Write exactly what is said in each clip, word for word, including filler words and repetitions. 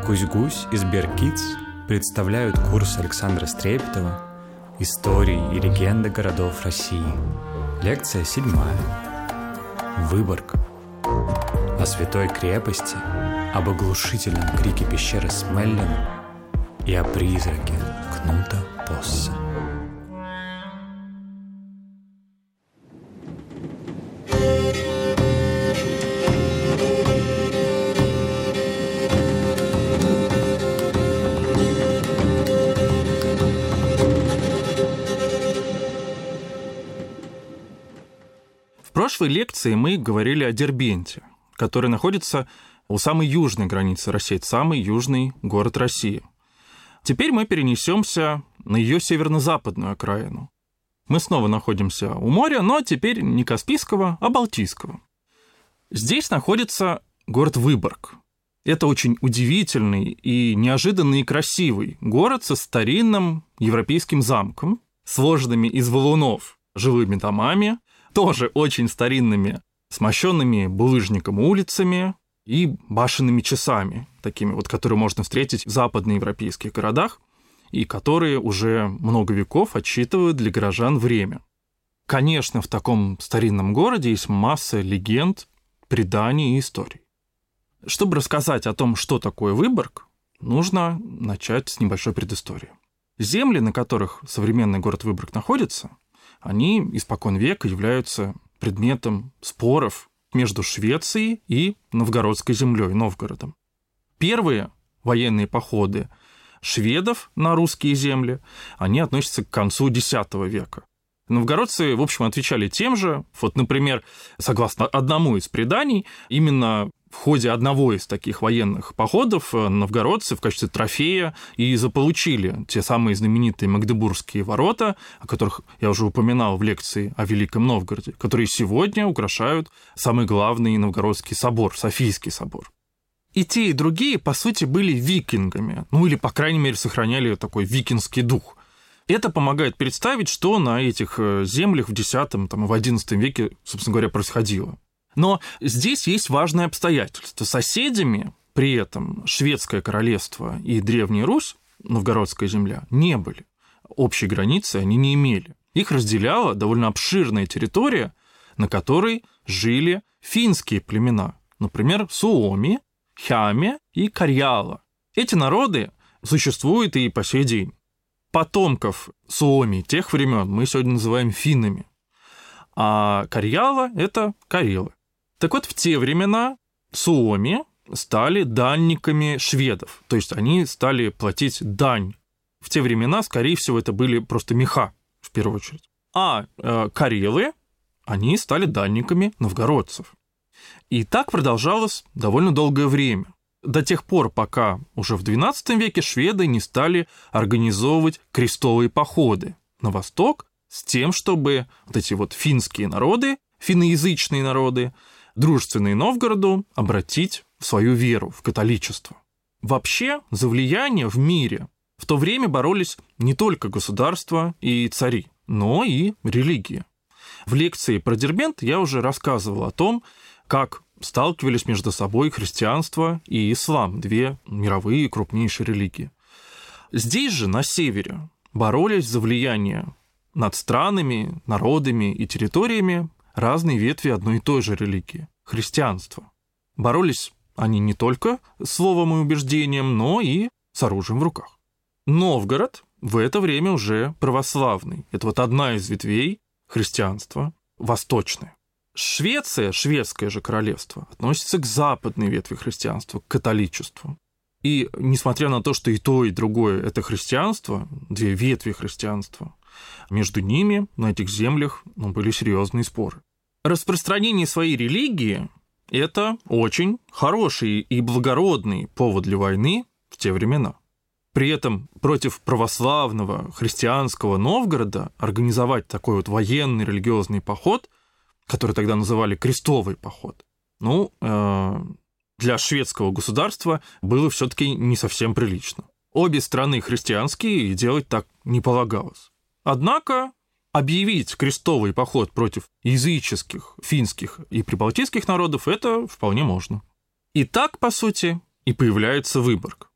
Кусь-Гусь и Сберкидс представляют курс Александра Стрепетова «Истории и легенды городов России». Лекция седьмая. Выборг. О святой крепости, об оглушительном крике пещеры Смеллен и о призраке Кнута Посса. В прошлой лекции мы говорили о Дербенте, который находится у самой южной границы России, это самый южный город России. Теперь мы перенесемся на ее северо-западную окраину. Мы снова находимся у моря, но теперь не Каспийского, а Балтийского. Здесь находится город Выборг. Это очень удивительный и неожиданный и красивый город со старинным европейским замком, сложенными из валунов жилыми домами, тоже очень старинными, с мощенными булыжником улицами и башенными часами, такими вот, которые можно встретить в западноевропейских городах, и которые уже много веков отсчитывают для горожан время. Конечно, в таком старинном городе есть масса легенд, преданий и историй. Чтобы рассказать о том, что такое Выборг, нужно начать с небольшой предыстории. Земли, на которых современный город Выборг находится, они испокон века являются предметом споров между Швецией и новгородской землей, Новгородом. Первые военные походы шведов на русские земли, они относятся к концу десятого века. Новгородцы, в общем, отвечали тем же. Вот, например, согласно одному из преданий, именно в ходе одного из таких военных походов новгородцы в качестве трофея и заполучили те самые знаменитые Магдебургские ворота, о которых я уже упоминал в лекции о Великом Новгороде, которые сегодня украшают самый главный новгородский собор, Софийский собор. И те, и другие, по сути, были викингами, ну или, по крайней мере, сохраняли такой викингский дух. Это помогает представить, что на этих землях в десятом и в одиннадцатом веке, собственно говоря, происходило. Но здесь есть важное обстоятельство. Соседями при этом Шведское королевство и Древняя Русь, Новгородская земля, не были. Общей границы они не имели. Их разделяла довольно обширная территория, на которой жили финские племена, например, Суоми, Хяме и Карьяла. Эти народы существуют и по сей день. Потомков Суоми тех времен мы сегодня называем финнами, а Карьяла – это карелы. Так вот, в те времена Суоми стали данниками шведов, то есть они стали платить дань. В те времена, скорее всего, это были просто меха, в первую очередь. А э, карелы, они стали данниками новгородцев. И так продолжалось довольно долгое время, до тех пор, пока уже в двенадцатом веке шведы не стали организовывать крестовые походы на восток с тем, чтобы вот эти вот финские народы, финноязычные народы, дружественные Новгороду, обратить в свою веру, в католичество. Вообще, за влияние в мире в то время боролись не только государства и цари, но и религии. В лекции про Дербент я уже рассказывал о том, как сталкивались между собой христианство и ислам, две мировые крупнейшие религии. Здесь же, на севере, боролись за влияние над странами, народами и территориями разные ветви одной и той же религии – христианства. Боролись они не только словом и убеждением, но и с оружием в руках. Новгород в это время уже православный. Это вот одна из ветвей христианства, восточная. Швеция, шведское же королевство, относится к западной ветви христианства, к католичеству. И несмотря на то, что и то, и другое – это христианство, две ветви христианства, между ними на этих землях ну, были серьезные споры. Распространение своей религии – это очень хороший и благородный повод для войны в те времена. При этом против православного христианского Новгорода организовать такой вот военный религиозный поход, который тогда называли крестовый поход, ну, э, для шведского государства было все-таки не совсем прилично. Обе страны христианские, и делать так не полагалось. Однако объявить крестовый поход против языческих, финских и прибалтийских народов – это вполне можно. И так, по сути, и появляется Выборг.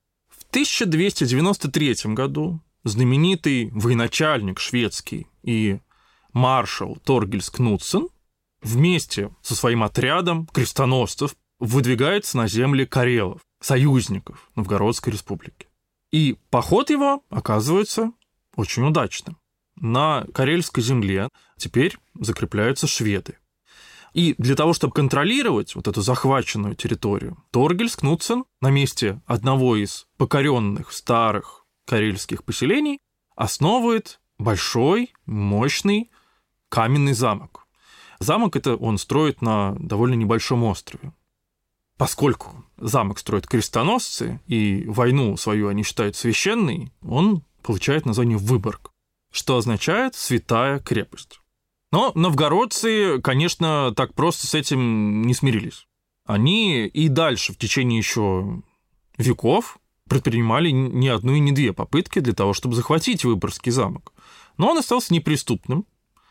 тысяча двести девяносто третьем году знаменитый военачальник шведский и маршал Торгельс Кнутсен вместе со своим отрядом крестоносцев выдвигается на земли карелов, союзников Новгородской республики. И поход его оказывается очень удачным. На карельской земле теперь закрепляются шведы. И для того, чтобы контролировать вот эту захваченную территорию, Торгельс Кнутсен на месте одного из покоренных старых карельских поселений основывает большой, мощный каменный замок. Замок это он строит на довольно небольшом острове. Поскольку замок строят крестоносцы, и войну свою они считают священной, он получает название Выборг, что означает «святая крепость». Но новгородцы, конечно, так просто с этим не смирились. Они и дальше в течение еще веков предпринимали не одну и не две попытки для того, чтобы захватить Выборгский замок. Но он остался неприступным,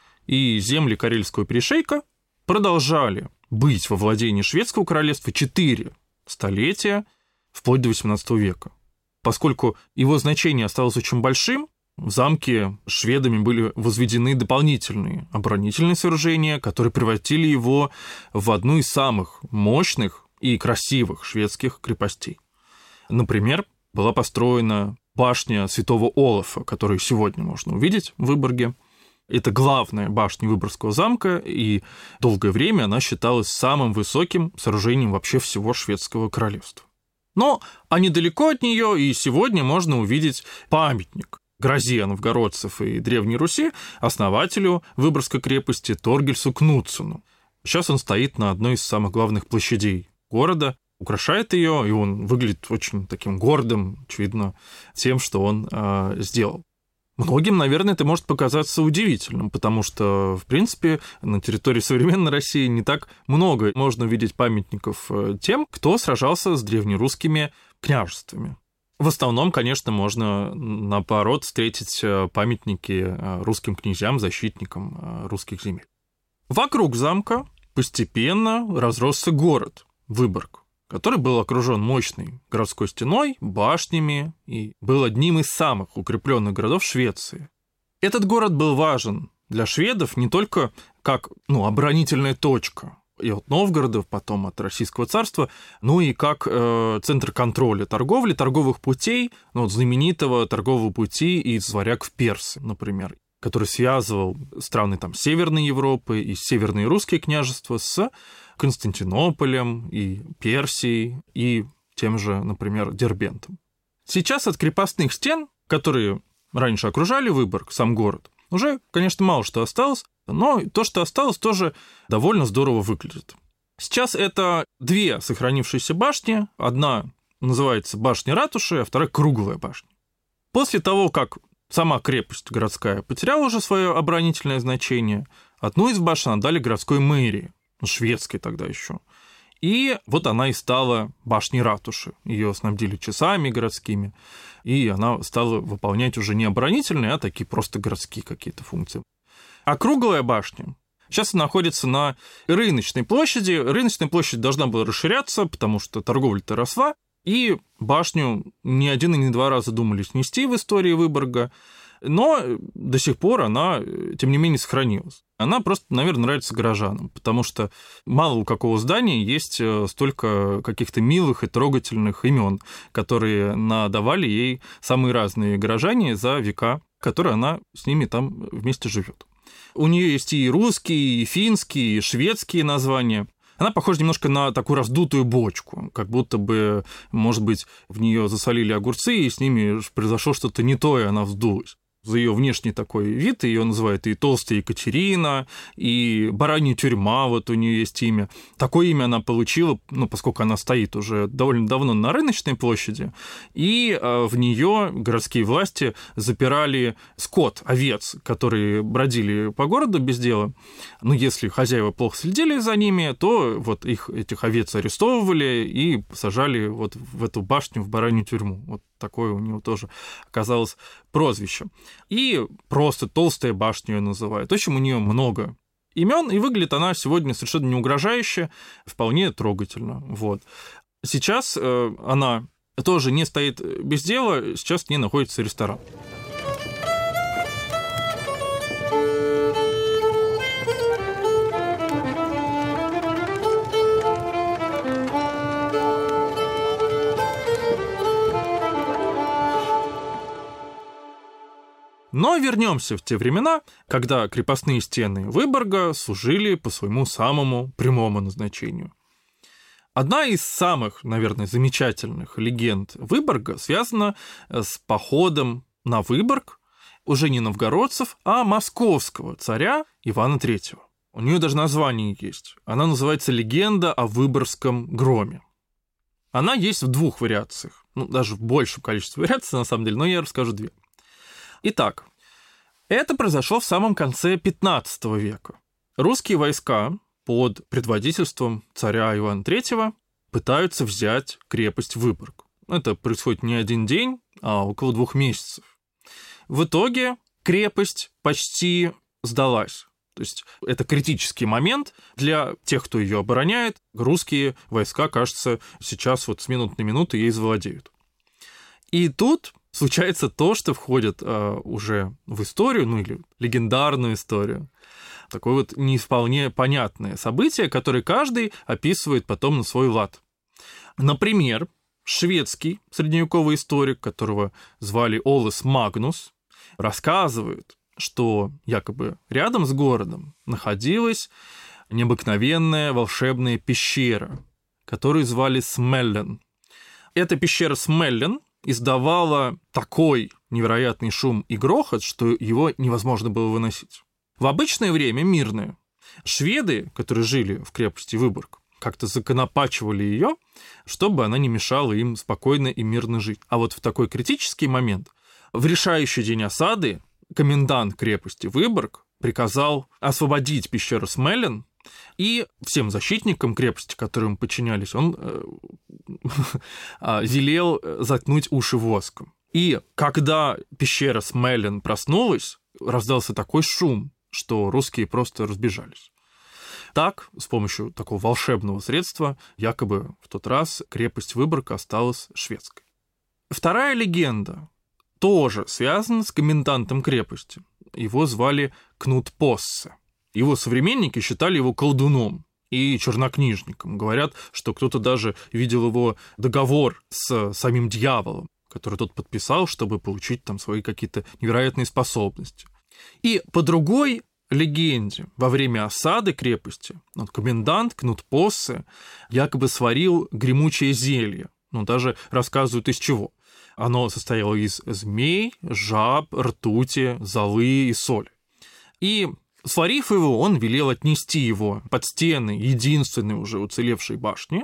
и земли Карельского перешейка продолжали быть во владении шведского королевства четыре столетия, вплоть до восемнадцатого века. Поскольку его значение осталось очень большим, в замке шведами были возведены дополнительные оборонительные сооружения, которые превратили его в одну из самых мощных и красивых шведских крепостей. Например, была построена башня Святого Олафа, которую сегодня можно увидеть в Выборге. Это главная башня Выборгского замка, и долгое время она считалась самым высоким сооружением вообще всего шведского королевства. Но а недалеко от нее и сегодня можно увидеть памятник грозе новгородцев и Древней Руси, основателю Выборгской крепости Торгельсу Кнутсену. Сейчас он стоит на одной из самых главных площадей города, украшает ее, и он выглядит очень таким гордым, очевидно, тем, что он э, сделал. Многим, наверное, это может показаться удивительным, потому что, в принципе, на территории современной России не так много можно увидеть памятников тем, кто сражался с древнерусскими княжествами. В основном, конечно, можно, наоборот, встретить памятники русским князьям, защитникам русских земель. Вокруг замка постепенно разросся город Выборг, который был окружен мощной городской стеной, башнями и был одним из самых укрепленных городов Швеции. Этот город был важен для шведов не только как ну, оборонительная точка и от Новгорода, потом от Российского царства, но и как э, центр контроля торговли, торговых путей, ну, вот знаменитого торгового пути из варяг в Персы, например, который связывал страны там, Северной Европы и северные русские княжества с Константинополем и Персией и тем же, например, Дербентом. Сейчас от крепостных стен, которые раньше окружали Выборг, сам город, уже, конечно, мало что осталось, но то, что осталось, тоже довольно здорово выглядит. Сейчас это две сохранившиеся башни. Одна называется башня ратуши, а вторая круглая башня. После того, как сама крепость городская потеряла уже свое оборонительное значение, одну из башен отдали городской мэрии, шведской тогда еще. И вот она и стала башней ратуши. Ее снабдили часами городскими, и она стала выполнять уже не оборонительные, а такие просто городские какие-то функции. А круглая башня сейчас находится на рыночной площади. Рыночная площадь должна была расширяться, потому что торговля-то росла, и башню не один и не два раза думали снести в истории Выборга, но до сих пор она, тем не менее, сохранилась. Она просто, наверное, нравится горожанам, потому что мало у какого здания есть столько каких-то милых и трогательных имен, которые надавали ей самые разные горожане за века, которые она с ними там вместе живет. У нее есть и русские, и финские, и шведские названия. Она похожа немножко на такую раздутую бочку, как будто бы, может быть, в нее засолили огурцы, и с ними произошло что-то не то, и она вздулась. За ее внешний такой вид ее называют и толстая Екатерина, и баранья тюрьма, вот у нее есть имя. Такое имя она получила, ну, поскольку она стоит уже довольно давно на рыночной площади, и в нее городские власти запирали скот, овец, которые бродили по городу без дела. Ну, если хозяева плохо следили за ними, то вот их, этих овец арестовывали и сажали вот в эту башню, в баранью тюрьму. Вот такое у него тоже оказалось прозвище. И просто толстая башня ее называют. В общем, у нее много имен, и выглядит она сегодня совершенно не угрожающе, вполне трогательно. Вот. Сейчас э, она тоже не стоит без дела, сейчас в ней находится ресторан. Но вернемся в те времена, когда крепостные стены Выборга служили по своему самому прямому назначению. Одна из самых, наверное, замечательных легенд Выборга связана с походом на Выборг уже не новгородцев, а московского царя Ивана Третьего. У нее даже название есть. Она называется «Легенда о Выборгском громе». Она есть в двух вариациях, ну, даже в большем количестве вариаций, на самом деле, но я расскажу две. Итак, это произошло в самом конце пятнадцатого века. Русские войска под предводительством царя Ивана Третьего пытаются взять крепость Выборг. Это происходит не один день, а около двух месяцев. В итоге крепость почти сдалась. То есть это критический момент для тех, кто ее обороняет. Русские войска, кажется, сейчас вот с минуты на минуту ей завладеют. И тут случается то, что входит а, уже в историю, ну или легендарную историю. Такое вот не вполне понятное событие, которое каждый описывает потом на свой лад. Например, шведский средневековый историк, которого звали Олес Магнус, рассказывает, что якобы рядом с городом находилась необыкновенная волшебная пещера, которую звали Смеллен. Эта пещера Смеллен издавала такой невероятный шум и грохот, что его невозможно было выносить. В обычное время, мирное, шведы, которые жили в крепости Выборг, как-то законопачивали ее, чтобы она не мешала им спокойно и мирно жить. А вот в такой критический момент, в решающий день осады, комендант крепости Выборг приказал освободить пещеру Смеллен, и всем защитникам крепости, которым подчинялись, он велел заткнуть уши воском. И когда пещера Смеллен проснулась, раздался такой шум, что русские просто разбежались. Так, с помощью такого волшебного средства, якобы в тот раз крепость Выборг осталась шведской. Вторая легенда тоже связана с комендантом крепости. Его звали Кнут Поссе. Его современники считали его колдуном и чернокнижником. Говорят, что кто-то даже видел его договор с самим дьяволом, который тот подписал, чтобы получить там свои какие-то невероятные способности. И по другой легенде, во время осады крепости, вот, комендант Кнут Поссе якобы сварил гремучее зелье. Ну, даже рассказывают из чего. Оно состояло из змей, жаб, ртути, золы и соли. И сварив его, он велел отнести его под стены единственной уже уцелевшей башни,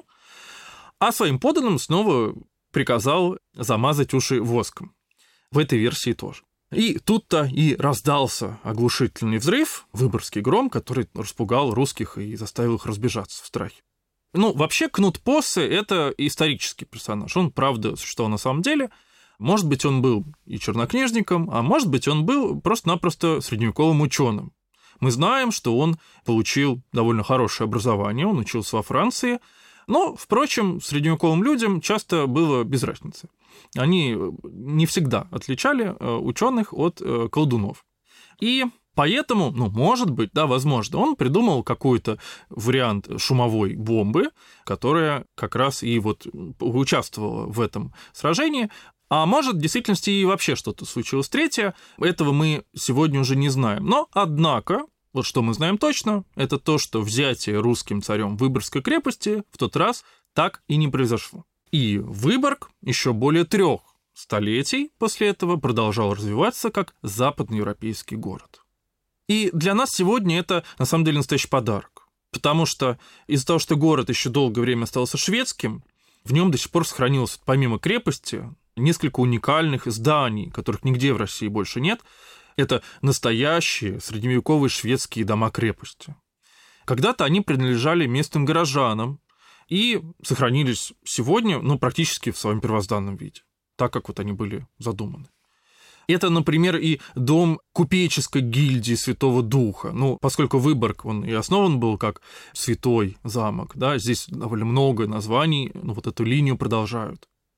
а своим подданным снова приказал замазать уши воском. В этой версии тоже. И тут-то и раздался оглушительный взрыв, Выборгский гром, который распугал русских и заставил их разбежаться в страхе. Ну, вообще, Кнут Поссе – это исторический персонаж. Он, правда, существовал на самом деле. Может быть, он был и чернокнижником, а может быть, он был просто-напросто средневековым ученым. Мы знаем, что он получил довольно хорошее образование, он учился во Франции, но, впрочем, средневековым людям часто было без разницы. Они не всегда отличали ученых от колдунов. И поэтому, ну, может быть, да, возможно, он придумал какой-то вариант шумовой бомбы, которая как раз и вот участвовала в этом сражении. А может, в действительности и вообще что-то случилось третье, этого мы сегодня уже не знаем. Но, однако, вот что мы знаем точно, это то, что взятие русским царем Выборгской крепости в тот раз так и не произошло. И Выборг еще более трех столетий после этого продолжал развиваться как западноевропейский город. И для нас сегодня это, на самом деле, настоящий подарок. Потому что из-за того, что город еще долгое время остался шведским, в нем до сих пор сохранилось, помимо крепости, несколько уникальных зданий, которых нигде в России больше нет. Это настоящие средневековые шведские дома-крепости. Когда-то они принадлежали местным горожанам и сохранились сегодня, ну, практически в своем первозданном виде, так как вот они были задуманы. Это, например, и дом купеческой гильдии Святого Духа. Ну, поскольку Выборг, он и основан был как святой замок, да, здесь довольно много названий, ну, вот эту линию продолжают.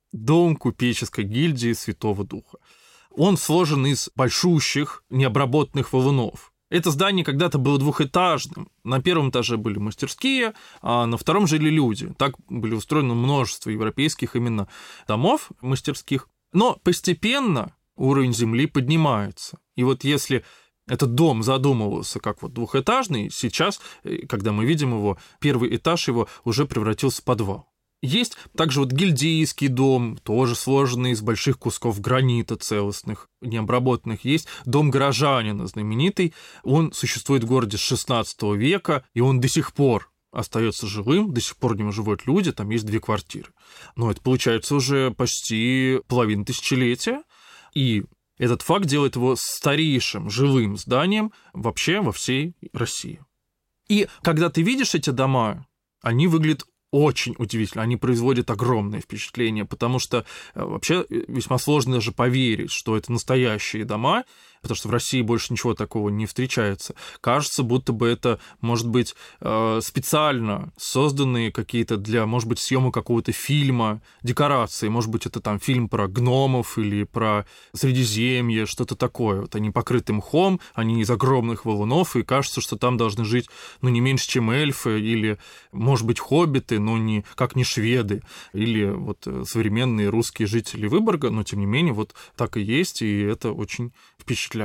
дом купеческой гильдии Святого Духа. Он сложен из большущих необработанных валунов. Это здание когда-то было двухэтажным. На первом этаже были мастерские, а на втором жили люди. Так были устроены множество европейских именно домов мастерских. Но постепенно уровень земли поднимается. И вот если этот дом задумывался как вот двухэтажный, сейчас, когда мы видим его, первый этаж его уже превратился в подвал. Есть также вот гильдейский дом, тоже сложенный из больших кусков гранита целостных, необработанных. Есть дом горожанина знаменитый, он существует в городе с шестнадцатого века, и он до сих пор остается живым, до сих пор в нем живут люди, там есть две квартиры. Но это получается уже почти половина тысячелетия, и этот факт делает его старейшим живым зданием вообще во всей России. И когда ты видишь эти дома, они выглядят очень удивительно, они производят огромное впечатление, потому что вообще весьма сложно даже поверить, что это настоящие дома, потому что в России больше ничего такого не встречается. Кажется, будто бы это, может быть, специально созданные какие-то для, может быть, съемок какого-то фильма, декорации, может быть, это там фильм про гномов или про Средиземье, что-то такое. Вот они покрыты мхом, они из огромных валунов, и кажется, что там должны жить, ну, не меньше, чем эльфы, или, может быть, хоббиты, но не, как не шведы, или вот современные русские жители Выборга, но, тем не менее, вот так и есть, и это очень впечатляет.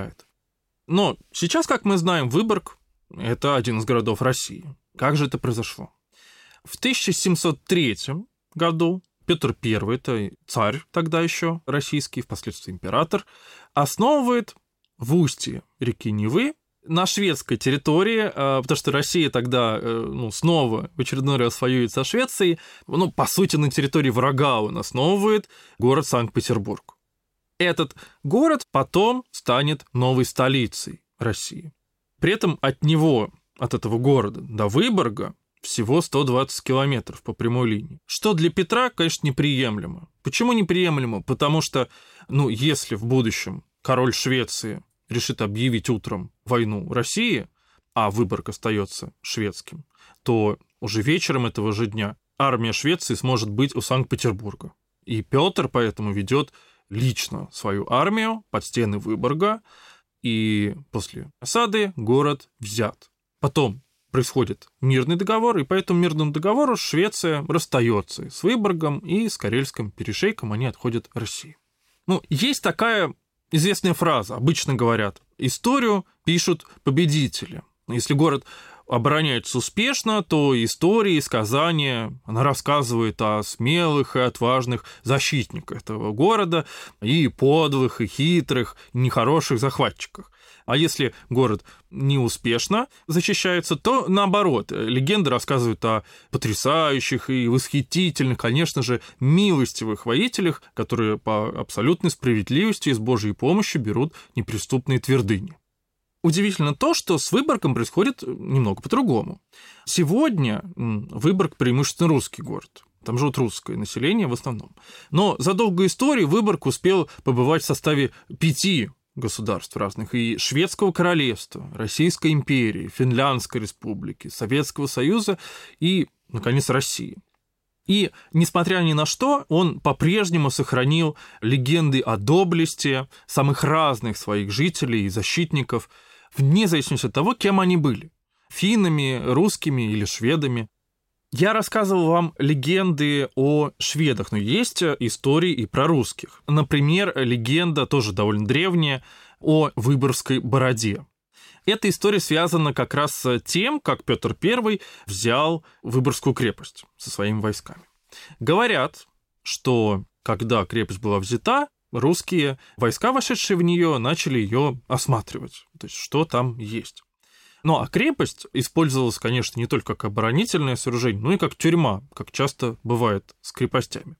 Но сейчас, как мы знаем, Выборг – это один из городов России. Как же это произошло? В тысяча семьсот третьем году Петр Первый, это царь тогда еще российский, впоследствии император, основывает в устье реки Невы на шведской территории, потому что Россия тогда, ну, снова в очередной раз воюет со Швецией, ну, по сути, на территории врага он основывает город Санкт-Петербург. Этот город потом станет новой столицей России. При этом от него, от этого города до Выборга всего сто двадцать километров по прямой линии. Что для Петра, конечно, неприемлемо. Почему неприемлемо? Потому что, ну, если в будущем король Швеции решит объявить утром войну России, а Выборг остается шведским, то уже вечером этого же дня армия Швеции сможет быть у Санкт-Петербурга. И Петр поэтому ведет лично свою армию под стены Выборга, и после осады город взят. Потом происходит мирный договор, и по этому мирному договору Швеция расстается с Выборгом, и с Карельским перешейком они отходят в Россию. Ну, есть такая известная фраза, обычно говорят, историю пишут победители. Если город обороняется успешно, то истории, сказания, она рассказывает о смелых и отважных защитниках этого города и подлых, и хитрых, и нехороших захватчиках. А если город неуспешно защищается, то наоборот, легенды рассказывают о потрясающих и восхитительных, конечно же, милостивых воителях, которые по абсолютной справедливости и с Божьей помощью берут неприступные твердыни. Удивительно то, что с Выборгом происходит немного по-другому. Сегодня Выборг преимущественно русский город. Там живут русское население в основном. Но за долгую историю Выборг успел побывать в составе пяти государств разных. И Шведского королевства, Российской империи, Финляндской республики, Советского Союза и, наконец, России. И, несмотря ни на что, он по-прежнему сохранил легенды о доблести самых разных своих жителей и защитников, вне зависимости от того, кем они были – финнами, русскими или шведами. Я рассказывал вам легенды о шведах, но есть истории и про русских. Например, легенда, тоже довольно древняя, о Выборгской бороде. Эта история связана как раз с тем, как Петр Первый взял Выборгскую крепость со своими войсками. Говорят, что когда крепость была взята, русские войска, вошедшие в нее, начали ее осматривать, то есть что там есть. Ну а крепость использовалась, конечно, не только как оборонительное сооружение, но и как тюрьма, как часто бывает с крепостями.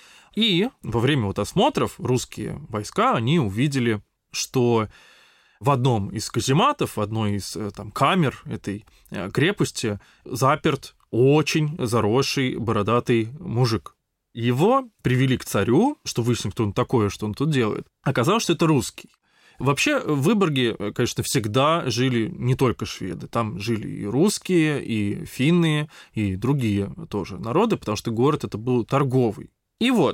И во время вот осмотров русские войска, они увидели, что в одном из казематов, в одной из там, камер этой крепости заперт очень заросший бородатый мужик. Его привели к царю, что выяснить, кто он такой, что он тут делает. Оказалось, что это русский. Вообще в Выборге, конечно, всегда жили не только шведы. Там жили и русские, и финны, и другие тоже народы, потому что город это был торговый. И вот,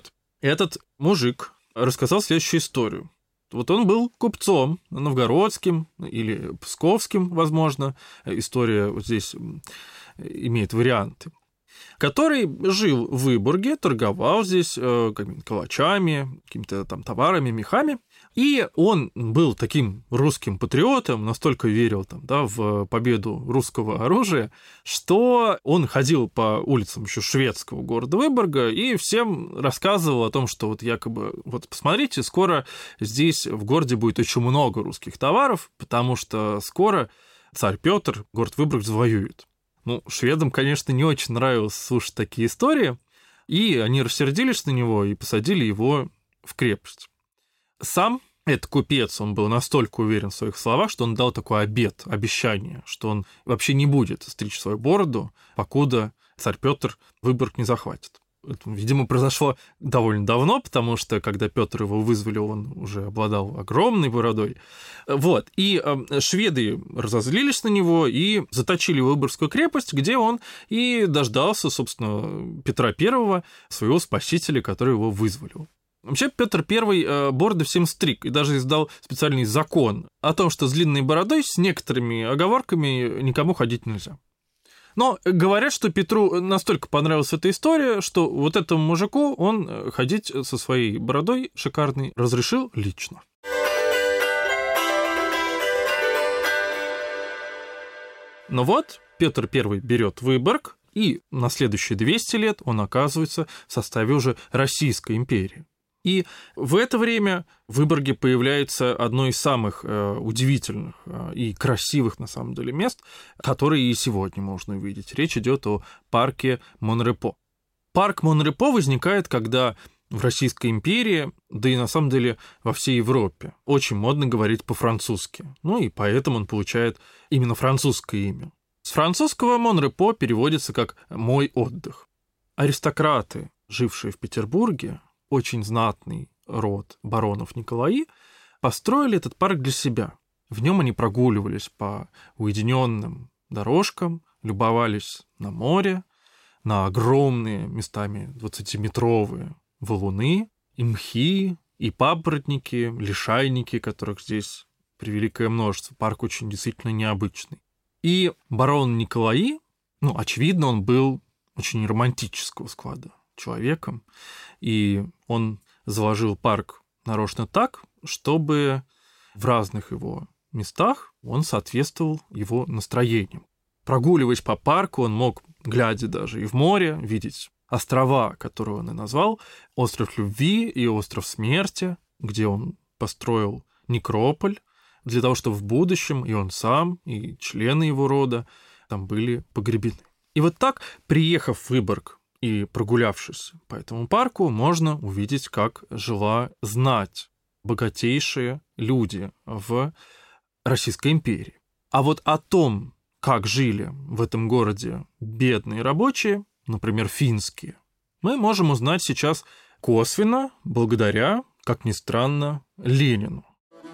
этот мужик рассказал следующую историю. Вот он был купцом новгородским или псковским, возможно, история вот здесь имеет варианты, который жил в Выборге, торговал здесь э, калачами, какими-то там товарами, мехами, и он был таким русским патриотом, настолько верил там, да, в победу русского оружия, что он ходил по улицам еще шведского города Выборга и всем рассказывал о том, что вот якобы, вот посмотрите, скоро здесь в городе будет очень много русских товаров, потому что скоро царь Петр город Выборг завоюет. Ну, шведам, конечно, не очень нравилось слушать такие истории, и они рассердились на него и посадили его в крепость. Сам этот купец, он был настолько уверен в своих словах, что он дал такой обет, обещание, что он вообще не будет стричь свою бороду, покуда царь Петр Выборг не захватит. Это, видимо, произошло довольно давно, потому что, когда Петр его вызвали, он уже обладал огромной бородой. Вот. И э, шведы разозлились на него и заточили в Выборгскую крепость, где он и дождался, собственно, Петра Первого, своего спасителя, который его вызволил. Вообще, Петр Первый э, бороды всем стриг и даже издал специальный закон о том, что с длинной бородой с некоторыми оговорками никому ходить нельзя. Но говорят, что Петру настолько понравилась эта история, что вот этому мужику он ходить со своей бородой шикарной разрешил лично. Но вот Петр Первый берет Выборг, и на следующие двести лет он оказывается в составе уже Российской империи. И в это время в Выборге появляется одно из самых э, удивительных э, и красивых, на самом деле, мест, которые и сегодня можно увидеть. Речь идет о парке Монрепо. Парк Монрепо возникает, когда в Российской империи, да и на самом деле во всей Европе, очень модно говорить по-французски. Ну и поэтому он получает именно французское имя. С французского Монрепо переводится как «мой отдых». Аристократы, жившие в Петербурге, очень знатный род баронов Николаи, построили этот парк для себя. В нем они прогуливались по уединенным дорожкам, любовались на море, на огромные, местами двадцатиметровые валуны, и мхи, и папоротники, лишайники, которых здесь превеликое множество. Парк очень действительно необычный. И барон Николаи, ну, очевидно, он был очень романтического склада человеком, и он заложил парк нарочно так, чтобы в разных его местах он соответствовал его настроениям. Прогуливаясь по парку, он мог, глядя даже и в море, видеть острова, которые он и назвал, остров Любви и остров Смерти, где он построил некрополь, для того, чтобы в будущем и он сам, и члены его рода там были погребены. И вот так, приехав в Выборг и прогулявшись по этому парку, можно увидеть, как жила знать, богатейшие люди в Российской империи. А вот о том, как жили в этом городе бедные рабочие, например, финские, мы можем узнать сейчас косвенно, благодаря, как ни странно, Ленину.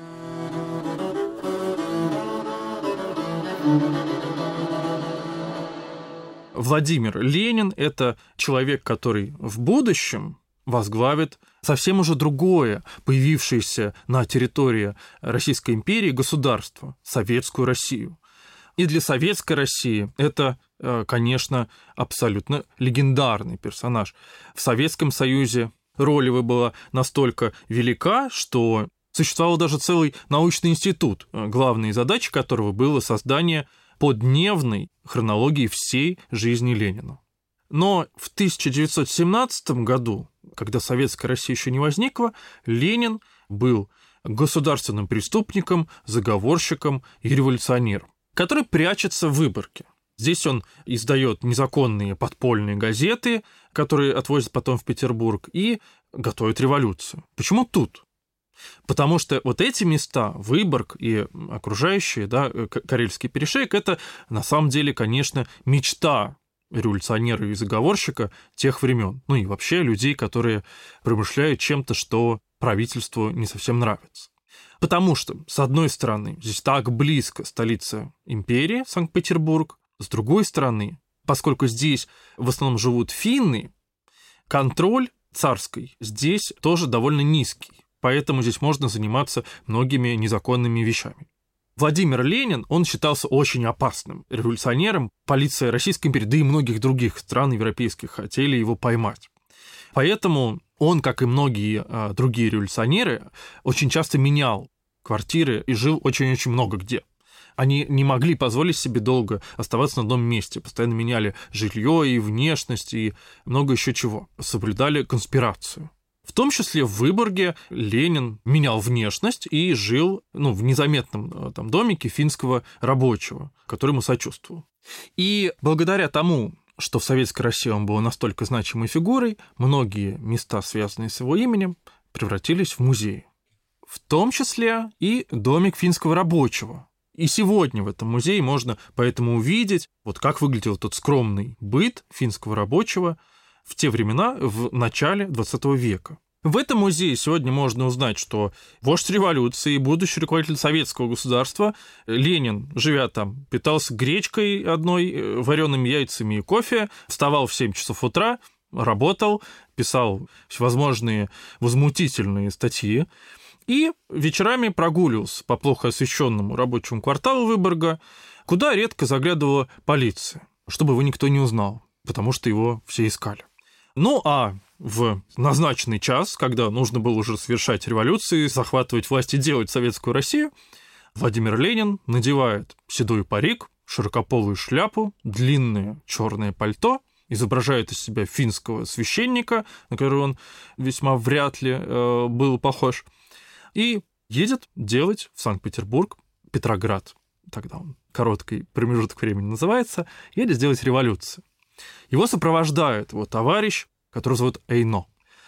Владимир Ленин – это человек, который в будущем возглавит совсем уже другое, появившееся на территории Российской империи государство – Советскую Россию. И для Советской России это, конечно, абсолютно легендарный персонаж. В Советском Союзе роль его была настолько велика, что существовал даже целый научный институт, главной задачей которого было создание подневной хронологии всей жизни Ленина. Но в тысяча девятьсот семнадцатом году, когда Советская Россия еще не возникла, Ленин был государственным преступником, заговорщиком и революционером, который прячется в Выборге. Здесь он издает незаконные подпольные газеты, которые отвозят потом в Петербург, и готовит революцию. Почему тут? Потому что вот эти места, Выборг и окружающие, да, Карельский перешеек, это на самом деле, конечно, мечта революционера и заговорщика тех времен. Ну и вообще людей, которые промышляют чем-то, что правительству не совсем нравится. Потому что, с одной стороны, здесь так близко столица империи, Санкт-Петербург, с другой стороны, поскольку здесь в основном живут финны, контроль царской здесь тоже довольно низкий, поэтому здесь можно заниматься многими незаконными вещами. Владимир Ленин, он считался очень опасным революционером. Полиция Российской империи, да и многих других стран европейских хотели его поймать. Поэтому он, как и многие а, другие революционеры, очень часто менял квартиры и жил очень-очень много где. Они не могли позволить себе долго оставаться на одном месте, постоянно меняли жилье и внешность, и много еще чего. Соблюдали конспирацию. В том числе в Выборге Ленин менял внешность и жил ну, в незаметном там, домике финского рабочего, который ему сочувствовал. И благодаря тому, что в Советской России он был настолько значимой фигурой, многие места, связанные с его именем, превратились в музеи. В том числе и домик финского рабочего. И сегодня в этом музее можно поэтому увидеть, вот как выглядел тот скромный быт финского рабочего в те времена, в начале двадцатого века. В этом музее сегодня можно узнать, что вождь революции, будущий руководитель советского государства, Ленин, живя там, питался гречкой одной, вареными яйцами и кофе, вставал в семь часов утра, работал, писал всевозможные возмутительные статьи, и вечерами прогуливался по плохо освещенному рабочему кварталу Выборга, куда редко заглядывала полиция, чтобы его никто не узнал, потому что его все искали. Ну а в назначенный час, когда нужно было уже совершать революции, захватывать власть и делать советскую Россию, Владимир Ленин надевает седой парик, широкополую шляпу, длинное черное пальто, изображает из себя финского священника, на которого он весьма вряд ли э, был похож, и едет делать в Санкт-Петербург, Петроград, тогда он короткий промежуток времени называется, едет сделать революцию. Его сопровождает его товарищ, который зовут Эйно.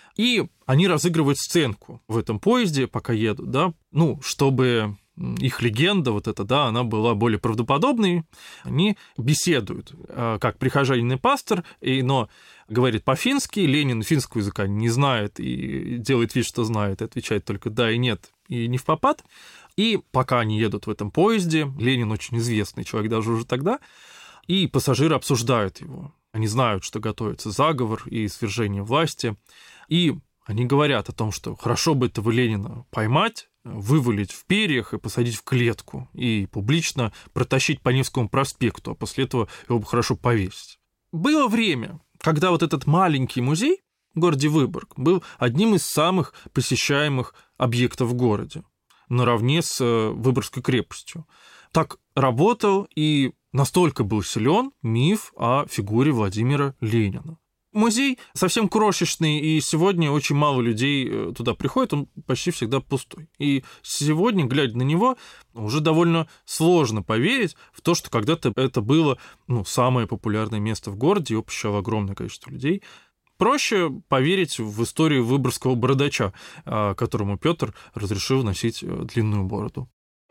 И они разыгрывают сценку в этом поезде, пока едут, да, ну, чтобы их легенда вот эта, да, она была более правдоподобной. Они беседуют, как прихожанин и пастор, Эйно говорит по-фински, Ленин финского языка не знает и делает вид, что знает, и отвечает только «да» и «нет», и не впопад. И пока они едут в этом поезде, Ленин очень известный человек даже уже тогда, и пассажиры обсуждают его. Они знают, что готовится заговор и свержение власти, и они говорят о том, что хорошо бы этого Ленина поймать, вывалить в перьях и посадить в клетку, и публично протащить по Невскому проспекту, а после этого его бы хорошо повесить. Было время, когда вот этот маленький музей в городе Выборг был одним из самых посещаемых объектов в городе, наравне с Выборгской крепостью. Так работал и настолько был силен миф о фигуре Владимира Ленина. Музей совсем крошечный, и сегодня очень мало людей туда приходит, он почти всегда пустой. И сегодня, глядя на него, уже довольно сложно поверить в то, что когда-то это было ну, самое популярное место в городе, его посещало огромное количество людей. Проще поверить в историю выборгского бородача, которому Петр разрешил носить длинную бороду.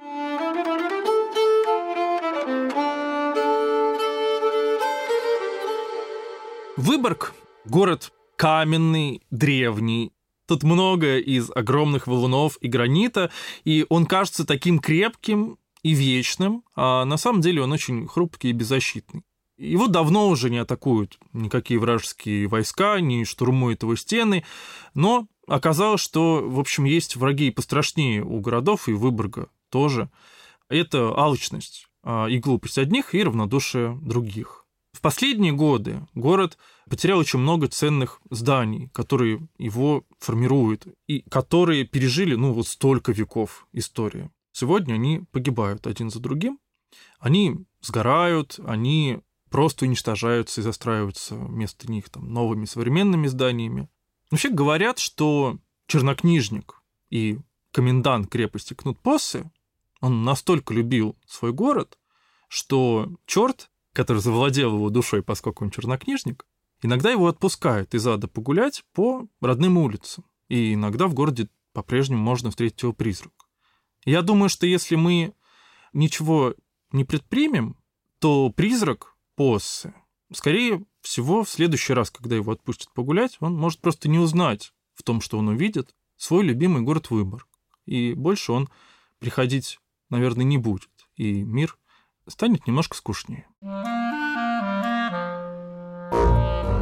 Выборг – город каменный, древний. Тут много из огромных валунов и гранита, и он кажется таким крепким и вечным, а на самом деле он очень хрупкий и беззащитный. Его давно уже не атакуют никакие вражеские войска, не штурмуют его стены, но оказалось, что, в общем, есть враги и пострашнее у городов, и Выборга тоже. Это алчность и глупость одних, и равнодушие других. В последние годы город потерял очень много ценных зданий, которые его формируют, и которые пережили, ну, вот столько веков истории. Сегодня они погибают один за другим, они сгорают, они просто уничтожаются и застраиваются вместо них там, новыми современными зданиями. Вообще говорят, что чернокнижник и комендант крепости Кнут Поссе, он настолько любил свой город, что черт, который завладел его душой, поскольку он чернокнижник, иногда его отпускают из ада погулять по родным улицам. И иногда в городе по-прежнему можно встретить его призрак. Я думаю, что если мы ничего не предпримем, то призрак Поссе, скорее всего, в следующий раз, когда его отпустят погулять, он может просто не узнать в том, что он увидит, свой любимый город Выборг. И больше он приходить, наверное, не будет. И мир станет немножко скучнее.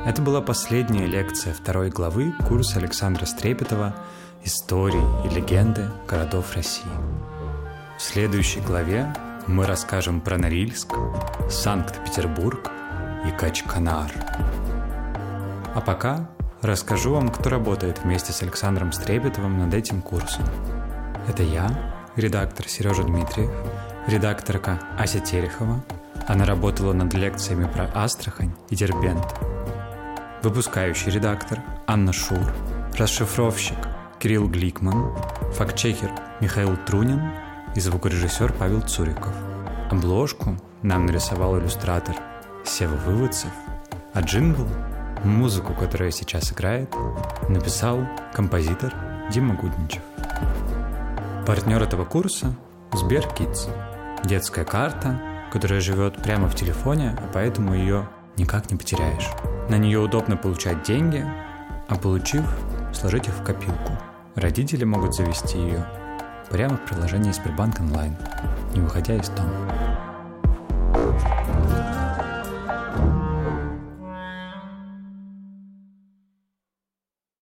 Это была последняя лекция второй главы курса Александра Стрепетова «Истории и легенды городов России». В следующей главе мы расскажем про Норильск, Санкт-Петербург и Качканар. А пока расскажу вам, кто работает вместе с Александром Стрепетовым над этим курсом. Это я, редактор Сережа Дмитриев, редакторка Ася Терехова. Она работала над лекциями про Астрахань и Дербент. Выпускающий редактор Анна Шур, расшифровщик Кирилл Гликман, фактчекер Михаил Трунин и звукорежиссер Павел Цуриков. Обложку нам нарисовал иллюстратор Сева Выводцев, а джингл, музыку, которая сейчас играет, написал композитор Дима Гудничев. Партнер этого курса – SberKids, детская карта, которая живет прямо в телефоне, а поэтому ее никак не потеряешь. На нее удобно получать деньги, а получив, сложить их в копилку. Родители могут завести ее прямо в приложении Сбербанк онлайн, не выходя из дома.